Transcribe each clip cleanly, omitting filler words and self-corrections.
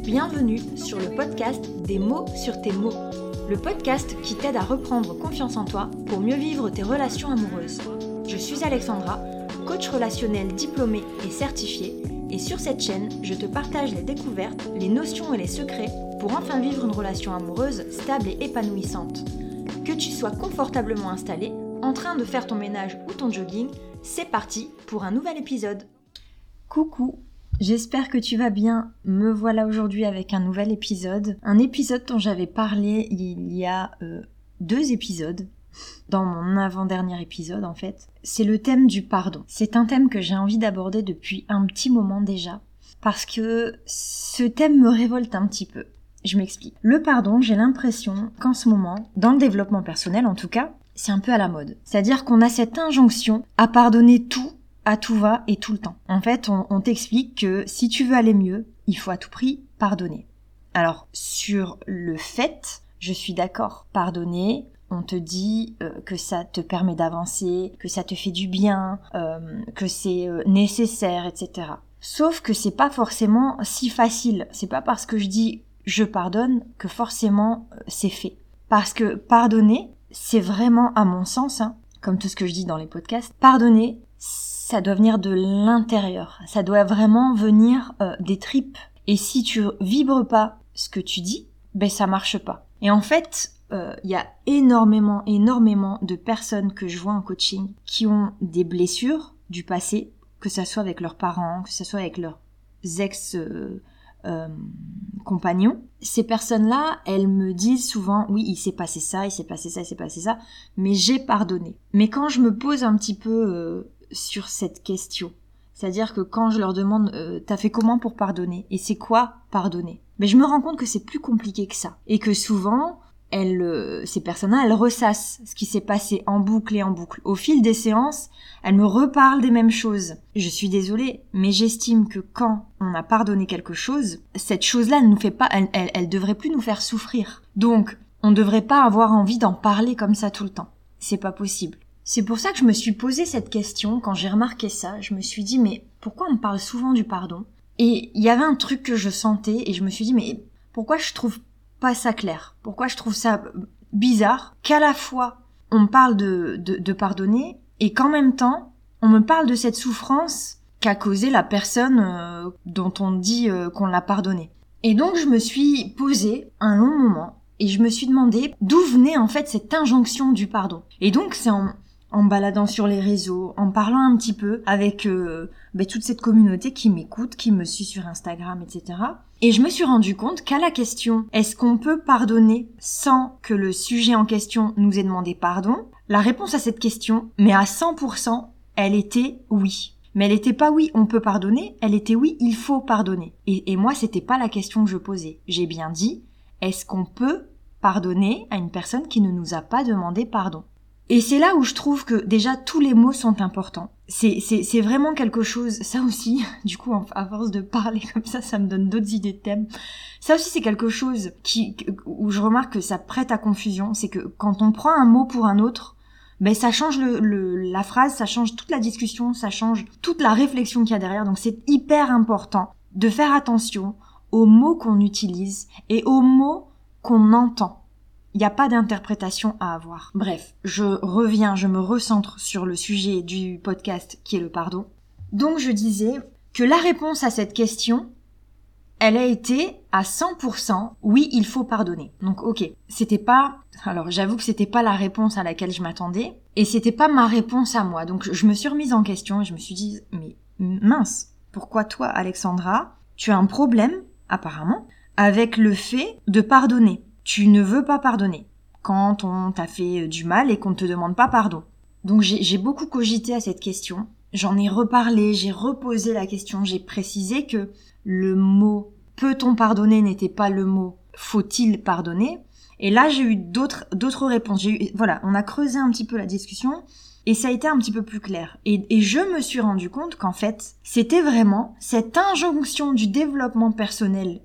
Bienvenue sur le podcast Des mots sur tes mots, le podcast qui t'aide à reprendre confiance en toi pour mieux vivre tes relations amoureuses. Je suis Alexandra, coach relationnel diplômée et certifiée, et sur cette chaîne, je te partage les découvertes, les notions et les secrets pour enfin vivre une relation amoureuse stable et épanouissante. Que tu sois confortablement installé, en train de faire ton ménage ou ton jogging, c'est parti pour un nouvel épisode. Coucou, j'espère que tu vas bien. Me voilà aujourd'hui avec un nouvel épisode. Un épisode dont j'avais parlé il y a 2 épisodes. Dans mon avant-dernier épisode en fait. C'est le thème du pardon. C'est un thème que j'ai envie d'aborder depuis un petit moment déjà. Parce que ce thème me révolte un petit peu. Je m'explique. Le pardon, j'ai l'impression qu'en ce moment, dans le développement personnel en tout cas, c'est un peu à la mode. C'est-à-dire qu'on a cette injonction à pardonner tout, à tout va et tout le temps. En fait, on t'explique que si tu veux aller mieux, il faut à tout prix pardonner. Alors, sur le fait, je suis d'accord, pardonner, on te dit que ça te permet d'avancer, que ça te fait du bien, que c'est nécessaire, etc. Sauf que c'est pas forcément si facile. C'est pas parce que je dis je pardonne que forcément c'est fait. Parce que pardonner, c'est vraiment, à mon sens, comme tout ce que je dis dans les podcasts, pardonner, ça doit venir de l'intérieur. Ça doit vraiment venir des tripes. Et si tu vibres pas ce que tu dis, ben ça marche pas. Et en fait, y a énormément de personnes que je vois en coaching qui ont des blessures du passé, que ça soit avec leurs parents, que ça soit avec leurs compagnons. Ces personnes-là, elles me disent souvent, oui, il s'est passé ça, mais j'ai pardonné. Mais quand je me pose un petit peu sur cette question, c'est-à-dire que quand je leur demande, t'as fait comment pour pardonner? Et c'est quoi pardonner? Ben, je me rends compte que c'est plus compliqué que ça. Et que souvent, ces personnes-là, elles ressassent ce qui s'est passé en boucle et en boucle. Au fil des séances, elles me reparlent des mêmes choses. Je suis désolée, mais j'estime que quand on a pardonné quelque chose, cette chose-là, elle nous fait pas, elle devrait plus nous faire souffrir. Donc, on devrait pas avoir envie d'en parler comme ça tout le temps. C'est pas possible. C'est pour ça que je me suis posé cette question quand j'ai remarqué ça. Je me suis dit, mais pourquoi on me parle souvent du pardon? Et il y avait un truc que je sentais et je me suis dit, mais pourquoi je trouve pas ça clair? Pourquoi je trouve ça bizarre qu'à la fois on me parle de pardonner et qu'en même temps on me parle de cette souffrance qu'a causé la personne dont on dit qu'on l'a pardonné. Et donc je me suis posée un long moment et je me suis demandé d'où venait en fait cette injonction du pardon. Et donc c'est en baladant sur les réseaux, en parlant un petit peu avec toute cette communauté qui m'écoute, qui me suit sur Instagram, etc. Et je me suis rendu compte qu'à la question « Est-ce qu'on peut pardonner sans que le sujet en question nous ait demandé pardon ?» La réponse à cette question, mais à 100%, elle était oui. Mais elle était pas oui, on peut pardonner, elle était oui, il faut pardonner. Et moi, c'était pas la question que je posais. J'ai bien dit « Est-ce qu'on peut pardonner à une personne qui ne nous a pas demandé pardon ?» Et c'est là où je trouve que déjà tous les mots sont importants. C'est vraiment quelque chose, ça aussi, du coup à force de parler comme ça me donne d'autres idées de thèmes. Ça aussi c'est quelque chose où je remarque que ça prête à confusion, c'est que quand on prend un mot pour un autre, ben ça change la phrase, ça change toute la discussion, ça change toute la réflexion qu'il y a derrière. Donc c'est hyper important de faire attention aux mots qu'on utilise et aux mots qu'on entend. Il n'y a pas d'interprétation à avoir. Bref, je me recentre sur le sujet du podcast qui est le pardon. Donc je disais que la réponse à cette question, elle a été à 100% oui, il faut pardonner. Donc ok, j'avoue que c'était pas la réponse à laquelle je m'attendais et c'était pas ma réponse à moi. Donc je me suis remise en question et je me suis dit mais mince, pourquoi toi Alexandra, tu as un problème apparemment avec le fait de pardonner? Tu ne veux pas pardonner quand on t'a fait du mal et qu'on ne te demande pas pardon. Donc j'ai beaucoup cogité à cette question. J'en ai reparlé, j'ai reposé la question, j'ai précisé que le mot « peut-on pardonner » n'était pas le mot « faut-il pardonner ?» Et là, j'ai eu d'autres réponses. On a creusé un petit peu la discussion et ça a été un petit peu plus clair. Et je me suis rendu compte qu'en fait, c'était vraiment cette injonction du développement personnel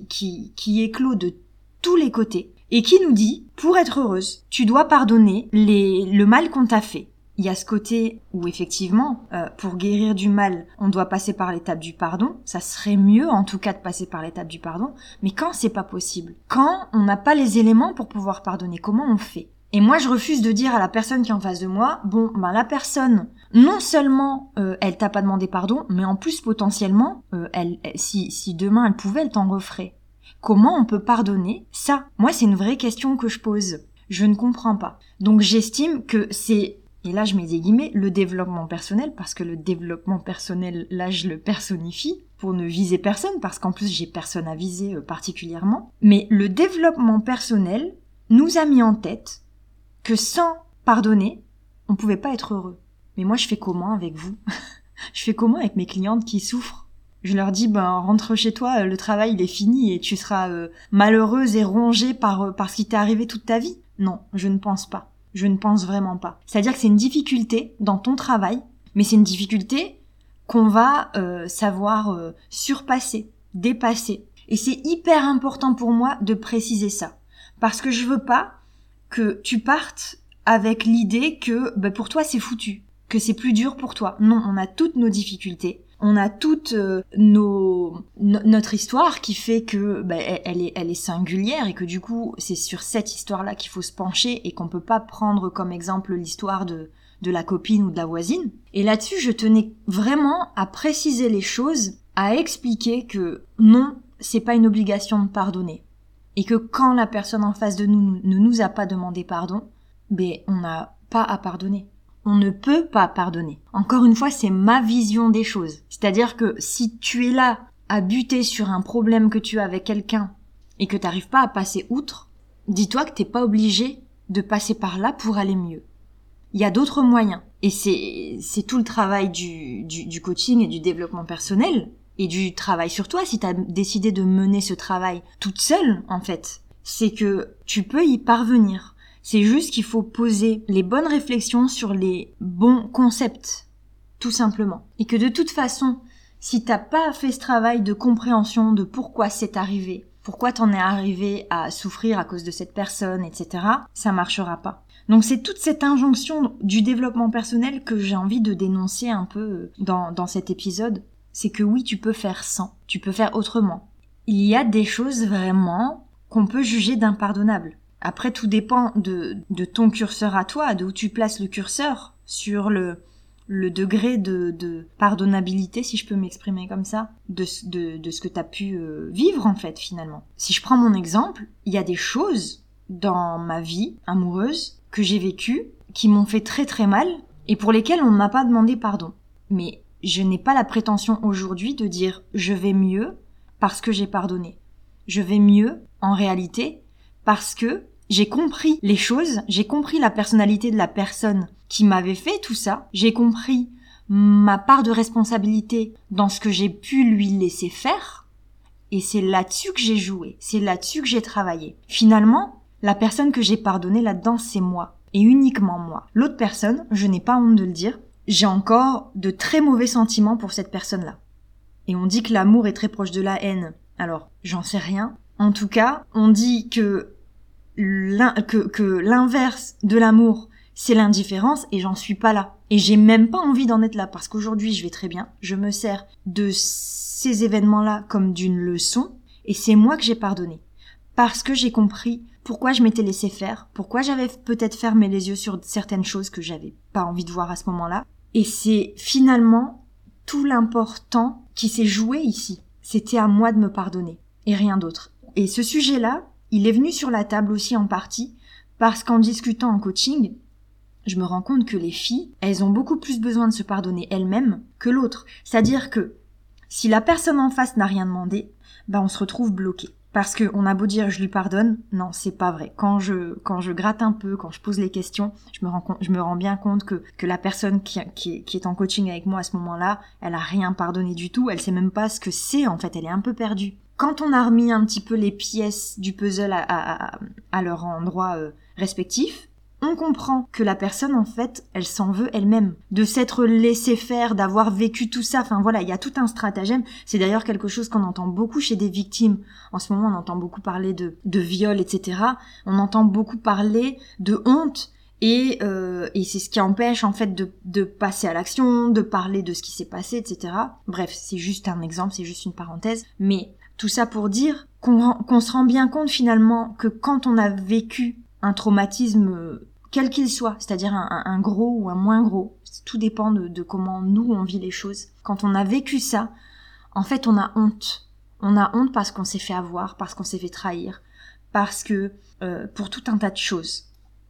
qui éclot de tous les côtés et qui nous dit, pour être heureuse, tu dois pardonner le mal qu'on t'a fait. il y a ce côté où effectivement, pour guérir du mal, on doit passer par l'étape du pardon. Ça serait mieux en tout cas de passer par l'étape du pardon. Mais quand c'est pas possible, quand on n'a pas les éléments pour pouvoir pardonner, comment on fait ? Et moi, je refuse de dire à la personne qui est en face de moi, bon, ben la personne, non seulement elle t'a pas demandé pardon, mais en plus potentiellement, si demain elle pouvait, elle t'en referait. Comment on peut pardonner ça ? Moi, c'est une vraie question que je pose. Je ne comprends pas. Donc j'estime que c'est, et là je mets des guillemets, le développement personnel, parce que le développement personnel, là je le personnifie, pour ne viser personne, parce qu'en plus j'ai personne à viser particulièrement. Mais le développement personnel nous a mis en tête que sans pardonner, on pouvait pas être heureux. Mais moi, je fais comment avec vous ? Je fais comment avec mes clientes qui souffrent ? Je leur dis, rentre chez toi, le travail, il est fini et tu seras malheureuse et rongée par ce qui t'est arrivé toute ta vie. Non, je ne pense pas. Je ne pense vraiment pas. C'est-à-dire que c'est une difficulté dans ton travail, mais c'est une difficulté qu'on va savoir surpasser, dépasser. Et c'est hyper important pour moi de préciser ça. Parce que je veux pas que tu partes avec l'idée que pour toi c'est foutu, que c'est plus dur pour toi. Non, on a toutes nos difficultés, on a toute notre histoire qui fait que elle est singulière et que du coup c'est sur cette histoire-là qu'il faut se pencher et qu'on peut pas prendre comme exemple l'histoire de la copine ou de la voisine. Et là-dessus, je tenais vraiment à préciser les choses, à expliquer que non, c'est pas une obligation de pardonner. Et que quand la personne en face de nous ne nous a pas demandé pardon, on n'a pas à pardonner. On ne peut pas pardonner. Encore une fois, c'est ma vision des choses. C'est-à-dire que si tu es là à buter sur un problème que tu as avec quelqu'un et que tu n'arrives pas à passer outre, dis-toi que t'es pas obligé de passer par là pour aller mieux. Il y a d'autres moyens. Et c'est tout le travail du coaching et du développement personnel. Et du travail sur toi, si tu as décidé de mener ce travail toute seule, en fait, c'est que tu peux y parvenir. C'est juste qu'il faut poser les bonnes réflexions sur les bons concepts, tout simplement. Et que de toute façon, si t'as pas fait ce travail de compréhension de pourquoi c'est arrivé, pourquoi t'en es arrivé à souffrir à cause de cette personne, etc., ça marchera pas. Donc c'est toute cette injonction du développement personnel que j'ai envie de dénoncer un peu dans cet épisode. C'est que oui, tu peux faire sans, tu peux faire autrement. Il y a des choses vraiment qu'on peut juger d'impardonnables. Après, tout dépend de ton curseur à toi, de où tu places le curseur sur le degré de pardonnabilité, si je peux m'exprimer comme ça, de ce que tu as pu vivre en fait finalement. Si je prends mon exemple, il y a des choses dans ma vie amoureuse que j'ai vécues qui m'ont fait très très mal et pour lesquelles on ne m'a pas demandé pardon. Mais je n'ai pas la prétention aujourd'hui de dire je vais mieux parce que j'ai pardonné. Je vais mieux en réalité parce que j'ai compris les choses, j'ai compris la personnalité de la personne qui m'avait fait tout ça, j'ai compris ma part de responsabilité dans ce que j'ai pu lui laisser faire et c'est là-dessus que j'ai joué, c'est là-dessus que j'ai travaillé. Finalement, la personne que j'ai pardonnée là-dedans, c'est moi et uniquement moi. L'autre personne, je n'ai pas honte de le dire, j'ai encore de très mauvais sentiments pour cette personne-là. Et on dit que l'amour est très proche de la haine. Alors, j'en sais rien. En tout cas, on dit que l'inverse de l'amour, c'est l'indifférence, et j'en suis pas là. Et j'ai même pas envie d'en être là, parce qu'aujourd'hui, je vais très bien. Je me sers de ces événements-là comme d'une leçon, et c'est moi que j'ai pardonné. Parce que j'ai compris pourquoi je m'étais laissé faire, pourquoi j'avais peut-être fermé les yeux sur certaines choses que j'avais pas envie de voir à ce moment-là. Et c'est finalement tout l'important qui s'est joué ici. C'était à moi de me pardonner, et rien d'autre. Et ce sujet-là, il est venu sur la table aussi en partie, parce qu'en discutant en coaching, je me rends compte que les filles, elles ont beaucoup plus besoin de se pardonner elles-mêmes que l'autre. C'est-à-dire que si la personne en face n'a rien demandé, on se retrouve bloqué. Parce que on a beau dire je lui pardonne, non, c'est pas vrai. Quand je gratte un peu, quand je pose les questions, je me rends bien compte que la personne qui est en coaching avec moi à ce moment-là, elle a rien pardonné du tout, elle sait même pas ce que c'est en fait, elle est un peu perdue. Quand on a remis un petit peu les pièces du puzzle à leur endroit respectif, on comprend que la personne, en fait, elle s'en veut elle-même. De s'être laissée faire, d'avoir vécu tout ça. Enfin voilà, il y a tout un stratagème. C'est d'ailleurs quelque chose qu'on entend beaucoup chez des victimes. En ce moment, on entend beaucoup parler de viol, etc. On entend beaucoup parler de honte Et c'est ce qui empêche en fait de passer à l'action, de parler de ce qui s'est passé, etc. Bref, c'est juste un exemple, c'est juste une parenthèse. Mais tout ça pour dire qu'on se rend bien compte finalement que quand on a vécu un traumatisme, quel qu'il soit, c'est-à-dire un gros ou un moins gros, tout dépend de comment nous on vit les choses. Quand on a vécu ça, en fait on a honte. On a honte parce qu'on s'est fait avoir, parce qu'on s'est fait trahir, parce que pour tout un tas de choses.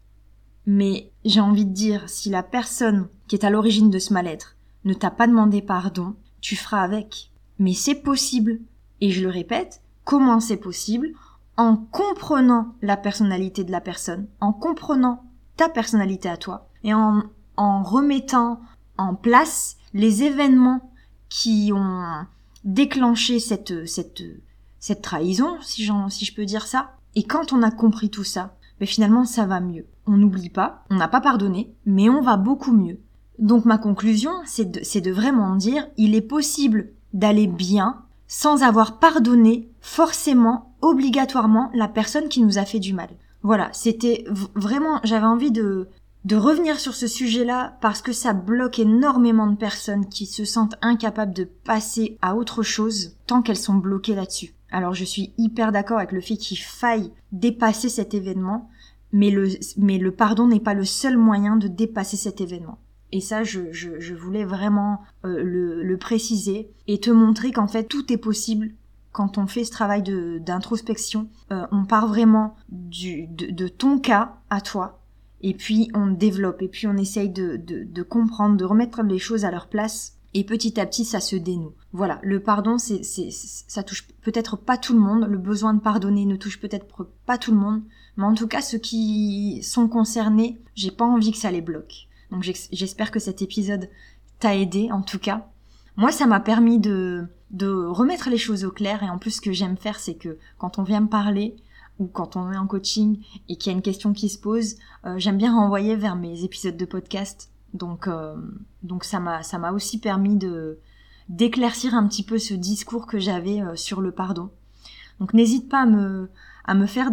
Mais j'ai envie de dire, si la personne qui est à l'origine de ce mal-être ne t'a pas demandé pardon, tu feras avec. Mais c'est possible. Et je le répète, comment c'est possible ? En comprenant la personnalité de la personne, en comprenant ta personnalité à toi, et en remettant en place les événements qui ont déclenché cette trahison, si je peux dire ça. Et quand on a compris tout ça, mais finalement ça va mieux. On n'oublie pas, on n'a pas pardonné, mais on va beaucoup mieux. Donc ma conclusion, c'est de vraiment dire, il est possible d'aller bien sans avoir pardonné forcément, obligatoirement, la personne qui nous a fait du mal. Voilà, c'était vraiment, j'avais envie de revenir sur ce sujet-là parce que ça bloque énormément de personnes qui se sentent incapables de passer à autre chose tant qu'elles sont bloquées là-dessus. Alors je suis hyper d'accord avec le fait qu'il faille dépasser cet événement, mais le pardon n'est pas le seul moyen de dépasser cet événement. Et ça, je voulais vraiment le préciser et te montrer qu'en fait, tout est possible quand on fait ce travail d'introspection. On part vraiment de ton cas à toi, et puis on développe, et puis on essaye de comprendre, de remettre les choses à leur place, et petit à petit, ça se dénoue. Voilà, le pardon, ça touche peut-être pas tout le monde, le besoin de pardonner ne touche peut-être pas tout le monde, mais en tout cas, ceux qui sont concernés, j'ai pas envie que ça les bloque. Donc j'espère que cet épisode t'a aidé, en tout cas. Moi, ça m'a permis de remettre les choses au clair, et en plus, ce que j'aime faire, c'est que quand on vient me parler, ou quand on est en coaching, et qu'il y a une question qui se pose, j'aime bien renvoyer vers mes épisodes de podcast. Donc ça m'a aussi permis d'éclaircir un petit peu ce discours que j'avais sur le pardon. Donc n'hésite pas à me faire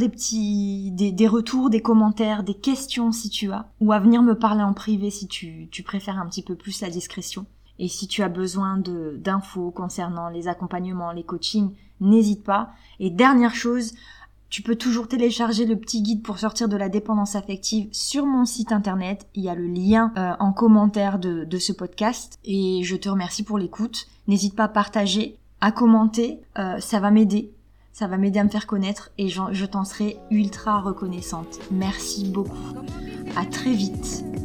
des retours, des commentaires, des questions si tu as, ou à venir me parler en privé si tu préfères un petit peu plus la discrétion. Et si tu as besoin d'infos concernant les accompagnements, les coachings, n'hésite pas. Et dernière chose, tu peux toujours télécharger le petit guide pour sortir de la dépendance affective sur mon site internet. Il y a le lien en commentaire de ce podcast. Et je te remercie pour l'écoute. N'hésite pas à partager, à commenter. Ça va m'aider. Ça va m'aider à me faire connaître et je t'en serai ultra reconnaissante. Merci beaucoup. À très vite.